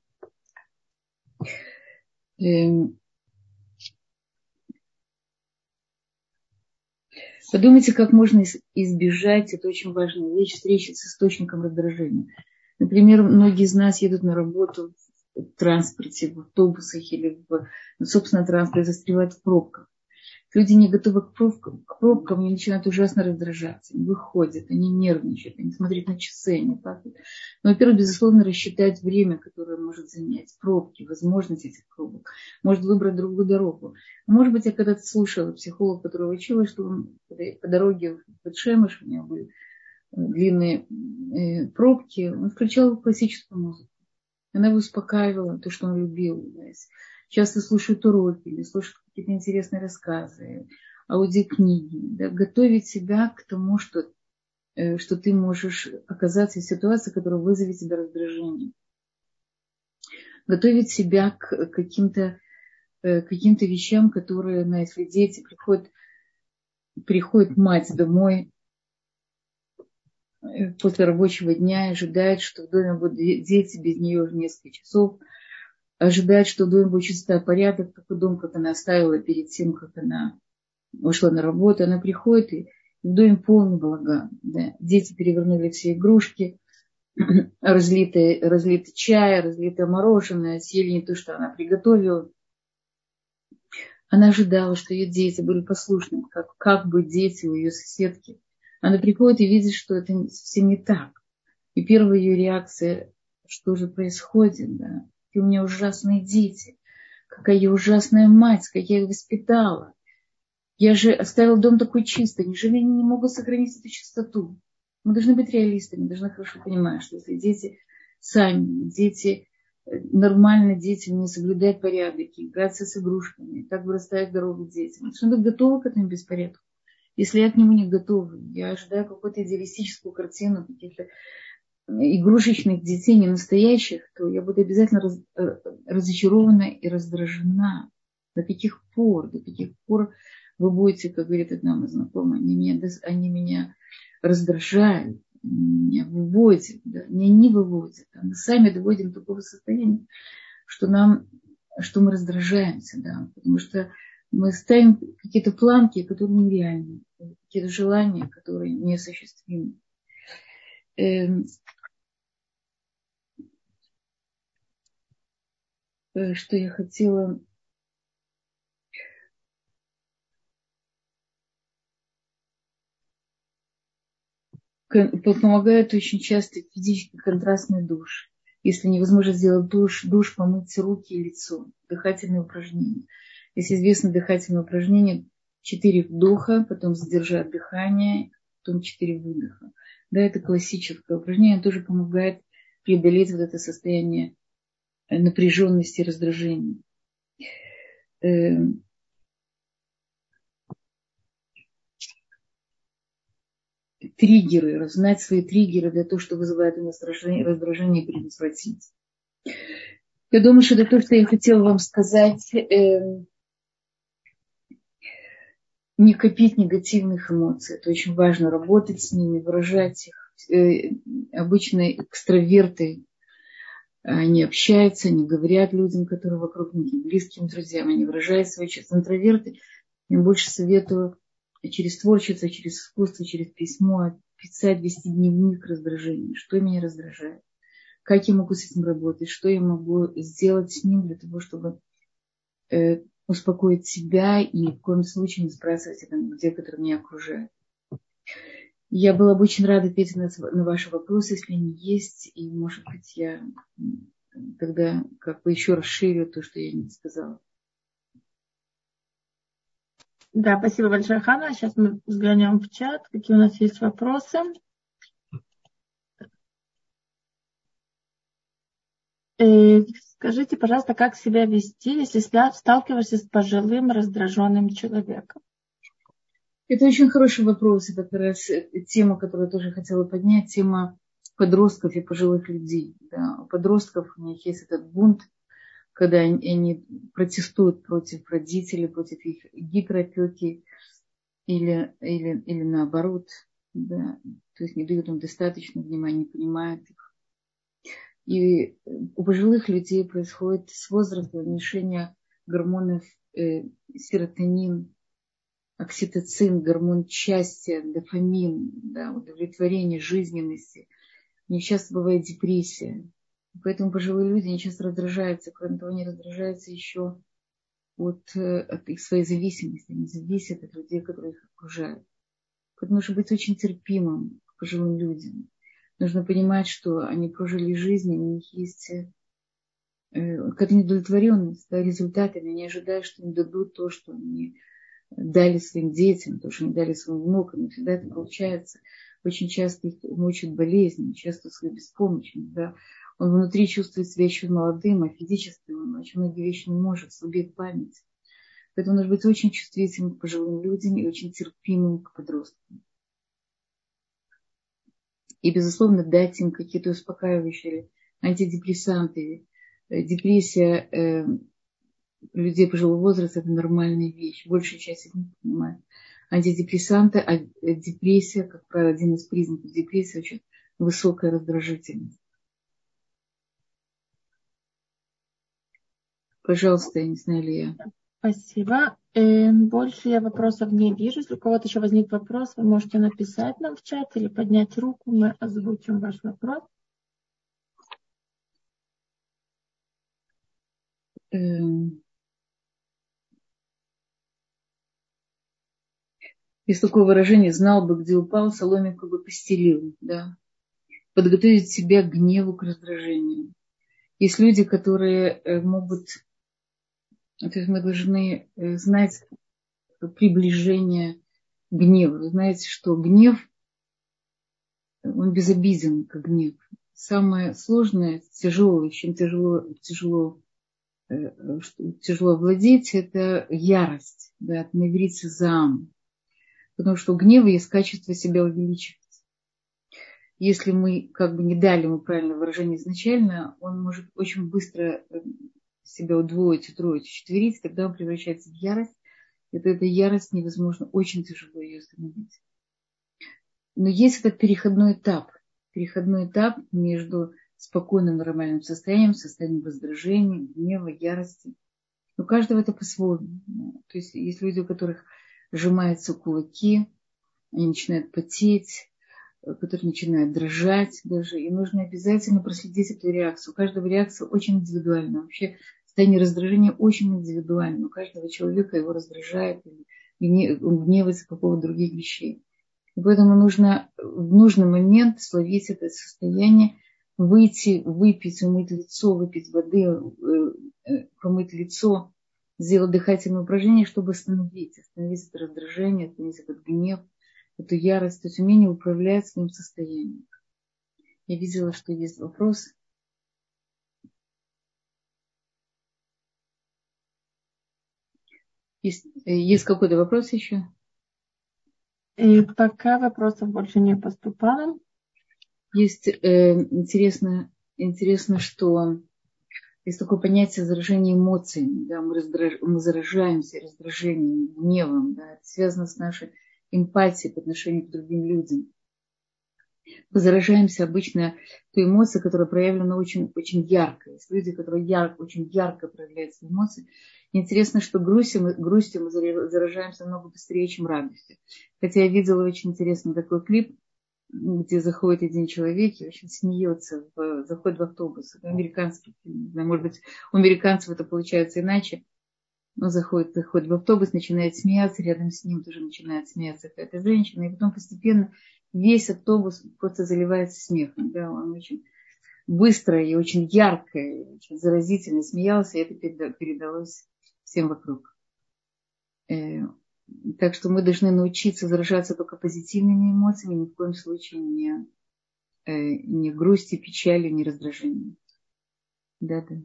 Подумайте, как можно избежать, это очень важная вещь, встречи с источником раздражения. Например, многие из нас едут на работу в транспорте, в автобусах или в, в собственном транспорте, застревают в пробках. Люди не готовы к пробкам, к пробкам, они начинают ужасно раздражаться, они выходят, они нервничают, они смотрят на часы, они плакают. Но, во-первых, безусловно, рассчитать время, которое может занять пробки, возможность этих пробок, может выбрать другую дорогу. Может быть, я когда-то слушала психолога, который учила, что он по дороге в Бет-Шемеш, у него были длинные пробки, он включал классическую музыку. Она его успокаивала, то, что он любил. Часто слушают уроки или слушают какие-то интересные рассказы, аудиокниги. Да, готовить себя к тому, что, что ты можешь оказаться в ситуации, которая вызовет тебе раздражение. Готовить себя к каким-то, каким-то вещам, которые, ну, если дети приходят, приходит мать домой после рабочего дня и ожидает, что в доме будут дети без нее уже несколько часов, ожидает, что в доме будет чистый порядок, такой дом, как она оставила перед тем, как она ушла на работу. Она приходит, и в доме полный балаган. Да. Дети перевернули все игрушки, разлитый, разлитый чай, разлитое мороженое, съели не то, что она приготовила. Она ожидала, что ее дети были послушны, как, как бы дети у ее соседки. Она приходит и видит, что это совсем не так. И первая ее реакция, что же происходит, да? И у меня ужасные дети. Какая я ужасная мать, как я их воспитала. Я же оставила дом такой чистый. Неужели они не могут сохранить эту чистоту? Мы должны быть реалистами, должны хорошо понимать, что если дети сами, дети, нормально дети не соблюдают порядок, играться с игрушками, так вырастают здоровые дети. Мы должны быть готовы к этому беспорядку. Если я к нему не готова, я ожидаю какую-то идеалистическую картину каких-то игрушечных детей, не настоящих, то я буду обязательно раз, разочарована и раздражена. До каких пор, до каких пор вы будете, как говорит одна моя знакомая, они меня, они меня раздражают, меня выводят, да, меня не выводят. А мы сами доводим до такого состояния, что, нам, что мы раздражаемся, да, потому что мы ставим какие-то планки, которые нереальны, какие-то желания, которые неосуществимы. Что я хотела... Помогает очень часто физический контрастный душ. Если невозможно сделать душ, душ, помыть руки и лицо. Дыхательные упражнения. Если известно дыхательное упражнение, четыре вдоха, потом задержать дыхание, потом четыре выдоха. Да, это классическое упражнение, тоже помогает преодолеть вот это состояние напряженности и раздражения. Триггеры, знать свои триггеры для того, чтобы вызывает у нас раздражение, раздражение и предотвратить. Я думаю, что это то, что я хотела вам сказать. Э, не копить негативных эмоций. Это очень важно, работать с ними, выражать их. Э, обычно экстраверты, они общаются, они говорят людям, которые вокруг них, близким друзьям, они выражают свои чувства. Интроверты, я больше советую через творчество, через искусство, через письмо писать, вести дневник раздражения. Что меня раздражает? Как я могу с этим работать? Что я могу сделать с ним для того, чтобы э, успокоить себя и ни в коем случае не сбрасывать это на людей, которые меня окружают. Я была бы очень рада ответить на, на ваши вопросы, если они есть. И, может быть, я тогда как бы еще расширю то, что я не сказала. Да, спасибо большое, Ханна. Сейчас мы взглянем в чат, какие у нас есть вопросы. Э, скажите, пожалуйста, как себя вести, если сталкиваешься с пожилым раздраженным человеком? Это очень хороший вопрос. Это как раз тема, которую я тоже хотела поднять, тема подростков и пожилых людей. Да. У подростков у них есть этот бунт, когда они, они протестуют против родителей, против их гиперопеки или, или, или наоборот. Да. То есть не дают им достаточно внимания, не понимают их. И у пожилых людей происходит с возрастом уменьшение гормонов э, серотонин, окситоцин, гормон счастья, дофамин, да, удовлетворение жизненности. У них часто бывает депрессия. Поэтому пожилые люди, они часто раздражаются. Кроме того, они раздражаются еще от, от их своей зависимости. Они зависят от людей, которые их окружают. Поэтому нужно быть очень терпимым к пожилым людям. Нужно понимать, что они прожили жизнь, и у них есть э, какая-то недовлетворенность, да, результатами. Они ожидают, что им дадут то, что они дали своим детям, то, что они дали своим внукам. И всегда это получается. Очень часто их мучают болезни, часто свою беспомощность. Да. Он внутри чувствует себя еще молодым, а физически он очень многие вещи не может, слабеет память. Поэтому нужно быть очень чувствительным к пожилым людям и очень терпимым к подросткам. И, безусловно, дать им какие-то успокаивающие антидепрессанты. Депрессия э, людей пожилого возраста – это нормальная вещь. Большая часть их не понимает. Антидепрессанты, а депрессия, как правило, один из признаков депрессии – очень высокая раздражительность. Пожалуйста, я не знаю ли я. Спасибо. Э, больше я вопросов не вижу. Если у кого-то еще возник вопрос, вы можете написать нам в чат или поднять руку. Мы озвучим ваш вопрос. Есть такое выражение: знал бы, где упал, соломинку бы постелил. Да? Подготовить себя к гневу, к раздражению. Есть люди, которые могут... То есть мы должны знать приближение гнева. Вы знаете, что гнев, он безобиден, как гнев. Самое сложное, тяжелое, чем тяжело, тяжело, тяжело владеть, это ярость. Да, на иврите заам. Потому что у гнева есть качество себя увеличивать. Если мы как бы не дали ему правильное выражение изначально, он может очень быстро себя удвоить, утроить, учетверить, тогда он превращается в ярость. Это, эта ярость невозможно, очень тяжело ее остановить. Но есть этот переходной этап. Переходной этап между спокойным нормальным состоянием, состоянием раздражения, гнева, ярости. У каждого это по-своему. То есть есть люди, у которых сжимаются кулаки, они начинают потеть, которые начинают дрожать даже. И нужно обязательно проследить эту реакцию. У каждого реакция очень индивидуальна. Вообще состояние раздражения очень индивидуально. У каждого человека его раздражает, он гневается по поводу других вещей. И поэтому нужно в нужный момент словить это состояние, выйти, выпить, умыть лицо, выпить воды, помыть лицо, сделать дыхательное упражнение, чтобы остановить, остановить это раздражение, остановить этот гнев, эту ярость, то есть умение управлять своим состоянием. Я видела, что есть вопрос. Есть, есть какой-то вопрос еще? И пока вопросов больше не поступало. Есть э, интересно, интересно, что есть такое понятие заражения эмоциями. Да? Мы, раздраж... мы заражаемся раздражением, гневом. Да? Это связано с нашей эмпатией по отношению к другим людям. Мы заражаемся обычно той эмоцией, которая проявлена очень, очень ярко. Есть люди, которые ярко, очень ярко проявляют свои эмоции. Интересно, что грустью мы, грустью мы заражаемся намного быстрее, чем радостью. Хотя я видела очень интересный такой клип, где заходит один человек и очень смеется, в, заходит в автобус. Это американский фильм. Не знаю, может быть, у американцев это получается иначе. Он заходит, заходит в автобус, начинает смеяться, рядом с ним тоже начинает смеяться какая-то женщина, и потом постепенно весь автобус просто заливается смехом. Да, он очень быстро и очень ярко, и очень заразительно смеялся, и это передалось всем вокруг. Так что мы должны научиться заражаться только позитивными эмоциями, ни в коем случае не, не грустью, печалью, не раздражением. Да, да.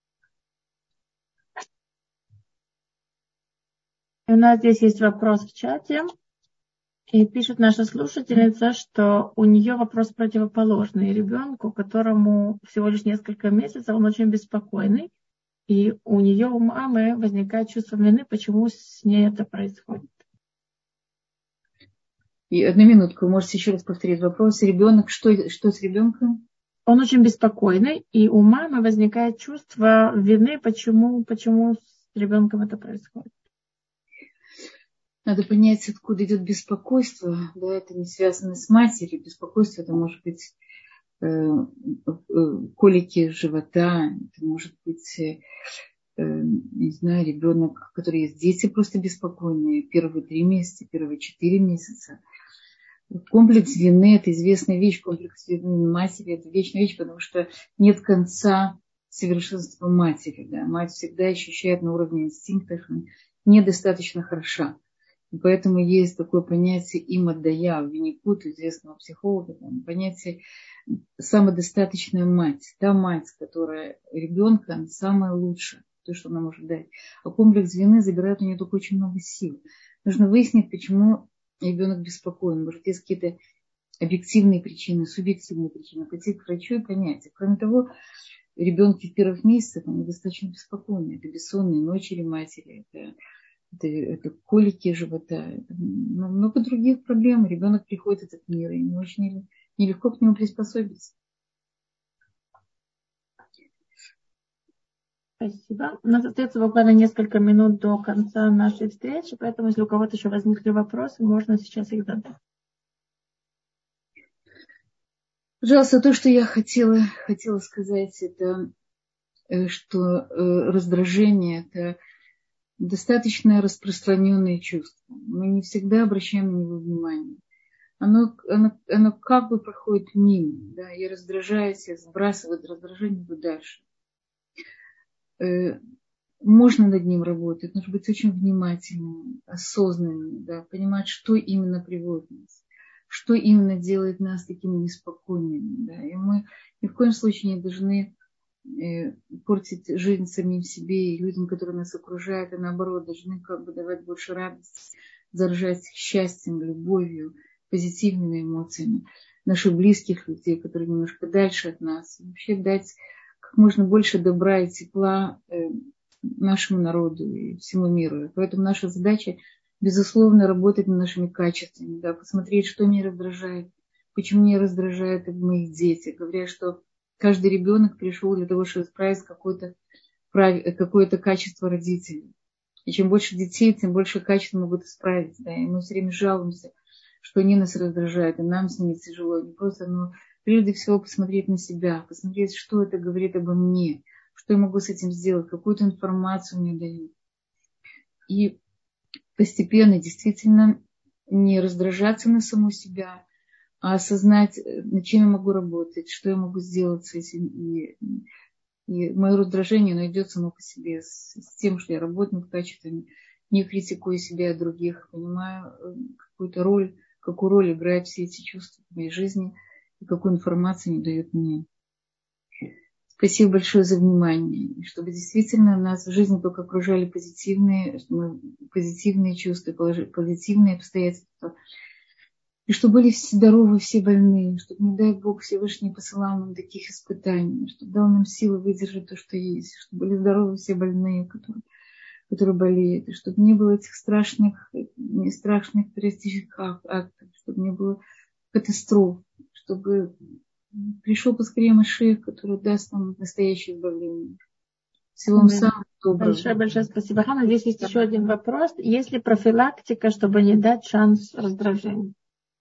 У нас здесь есть вопрос в чате. И пишет наша слушательница, что у нее вопрос противоположный. Ребенку, которому всего лишь несколько месяцев, он очень беспокойный. И у нее, у мамы, возникает чувство вины, почему с ней это происходит. И одну минутку, вы можете еще раз повторить вопрос. Ребенок, что, что с ребенком? Он очень беспокойный, и у мамы возникает чувство вины, почему, почему с ребенком это происходит. Надо понять, откуда идет беспокойство. Да, это не связано с матерью. Беспокойство это может быть э, э, колики живота, это может быть, э, не знаю, ребенок, который есть дети просто беспокойные первые три месяца, первые четыре месяца. Комплекс вины – это известная вещь, комплекс вины матери – это вечная вещь, потому что нет конца совершенства матери. Да? Мать всегда ощущает на уровне инстинктов, недостаточно хороша. И поэтому есть такое понятие имаддая, в Винникут, известного психолога, там, понятие самодостаточная мать. Та мать, которая ребенка, она самая лучшая, то, что она может дать. А комплекс вины забирает у нее только очень много сил. Нужно выяснить, почему ребенок беспокоен. Может, есть какие-то объективные причины, субъективные причины. Пойти к врачу и понять. И кроме того, ребенки в первых месяцах, они достаточно беспокойны. Это бессонные ночи или матери, это, это, это колики живота, это много других проблем. Ребенок приходит в этот мир, и ему очень нелегко к нему приспособиться. Спасибо. У нас остается буквально несколько минут до конца нашей встречи, поэтому если у кого-то еще возникли вопросы, можно сейчас их задать. Пожалуйста, то, что я хотела, хотела сказать, это что раздражение – это достаточно распространенное чувство. Мы не всегда обращаем на него внимание. Оно, оно, оно как бы проходит мимо. Да? Я раздражаюсь, я сбрасываю раздражение дальше. Можно над ним работать, нужно быть очень внимательным, осознанным, да? Понимать, что именно приводит нас, что именно делает нас такими неспокойными. Да? И мы ни в коем случае не должны портить жизнь самим себе и людям, которые нас окружают, а наоборот, должны как бы давать больше радости, заражать счастьем, любовью, позитивными эмоциями наших близких людей, которые немножко дальше от нас, и вообще дать как можно больше добра и тепла нашему народу и всему миру. И поэтому наша задача, безусловно, работать над нашими качествами, да, посмотреть, что меня раздражает, почему меня раздражают мои дети. Говорят, что каждый ребенок пришел для того, чтобы исправить какое-то, какое-то качество родителей. И чем больше детей, тем больше качеств могут исправить. Да? И мы все время жалуемся, что они нас раздражают, и нам с ними тяжело. Не просто, но прежде всего посмотреть на себя, посмотреть, что это говорит обо мне, что я могу с этим сделать, какую-то информацию мне дают. И постепенно действительно не раздражаться на саму себя, а осознать, над чем я могу работать, что я могу сделать с этим. И, и мое раздражение, оно идет само по себе с, с тем, что я работаю над качествами, не критикую себя и других, понимаю какую-то роль, какую роль играют все эти чувства в моей жизни и какую информацию они дают мне. Спасибо большое за внимание. И чтобы действительно нас в жизни только окружали позитивные, мы, позитивные чувства, позитивные обстоятельства. И чтобы были все здоровы, все больные. Чтобы, не дай Бог, Всевышний посылал нам таких испытаний. Чтобы дал нам силы выдержать то, что есть. Чтобы были здоровы все больные, которые, которые болеют. И чтобы не было этих страшных, не страшных террористических актов. Чтобы не было катастроф. Чтобы пришел поскорее Машиах, который даст нам настоящее избавление. Всего вам самого доброго. Большое, большое спасибо, Ханна. Здесь есть еще один вопрос. Есть ли профилактика, чтобы не дать шанс раздражению?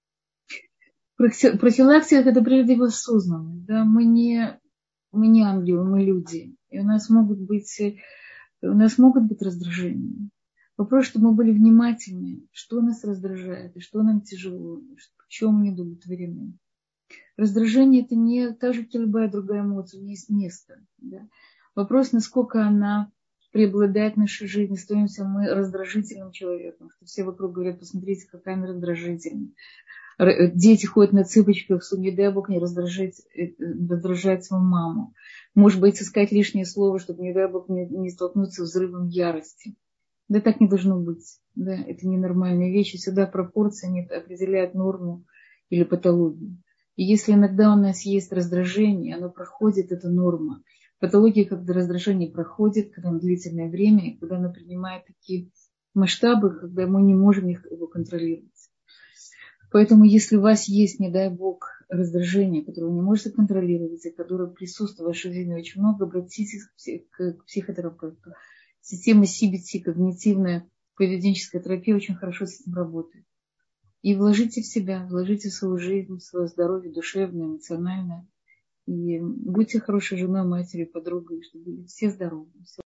Профилактика – это прежде всего осознанность. Да? Мы, не, мы не ангелы, мы люди. И у нас могут быть, у нас могут быть раздражения. Вопрос, чтобы мы были внимательны, что нас раздражает, и что нам тяжело, в чем мы недовлетворены. Раздражение – это не так же, как и любая другая эмоция, у нее есть место. Да? Вопрос, насколько она преобладает в нашей жизни, становимся мы раздражительным человеком, что все вокруг говорят, посмотрите, какая она раздражительная. Дети ходят на цыпочках, чтобы, не дай Бог, не раздражать, раздражать свою маму. Может быть, искать лишнее слово, чтобы, не дай Бог, не, не столкнуться с взрывом ярости. Да так не должно быть. Да? Это ненормальные вещи. Всегда пропорция не определяет норму или патологию. И если иногда у нас есть раздражение, оно проходит, это норма. Патология, когда раздражение проходит, когда на длительное время, когда оно принимает такие масштабы, когда мы не можем их, его контролировать. Поэтому, если у вас есть, не дай Бог, раздражение, которое вы не можете контролировать, и которое присутствует в вашей жизни очень много, обратитесь к психотерапевту. Система си би ти, когнитивная поведенческая терапия, очень хорошо с этим работает. И вложите в себя, вложите в свою жизнь, в свое здоровье душевное, эмоциональное. И будьте хорошей женой, матерью, подругой, чтобы были все здоровы.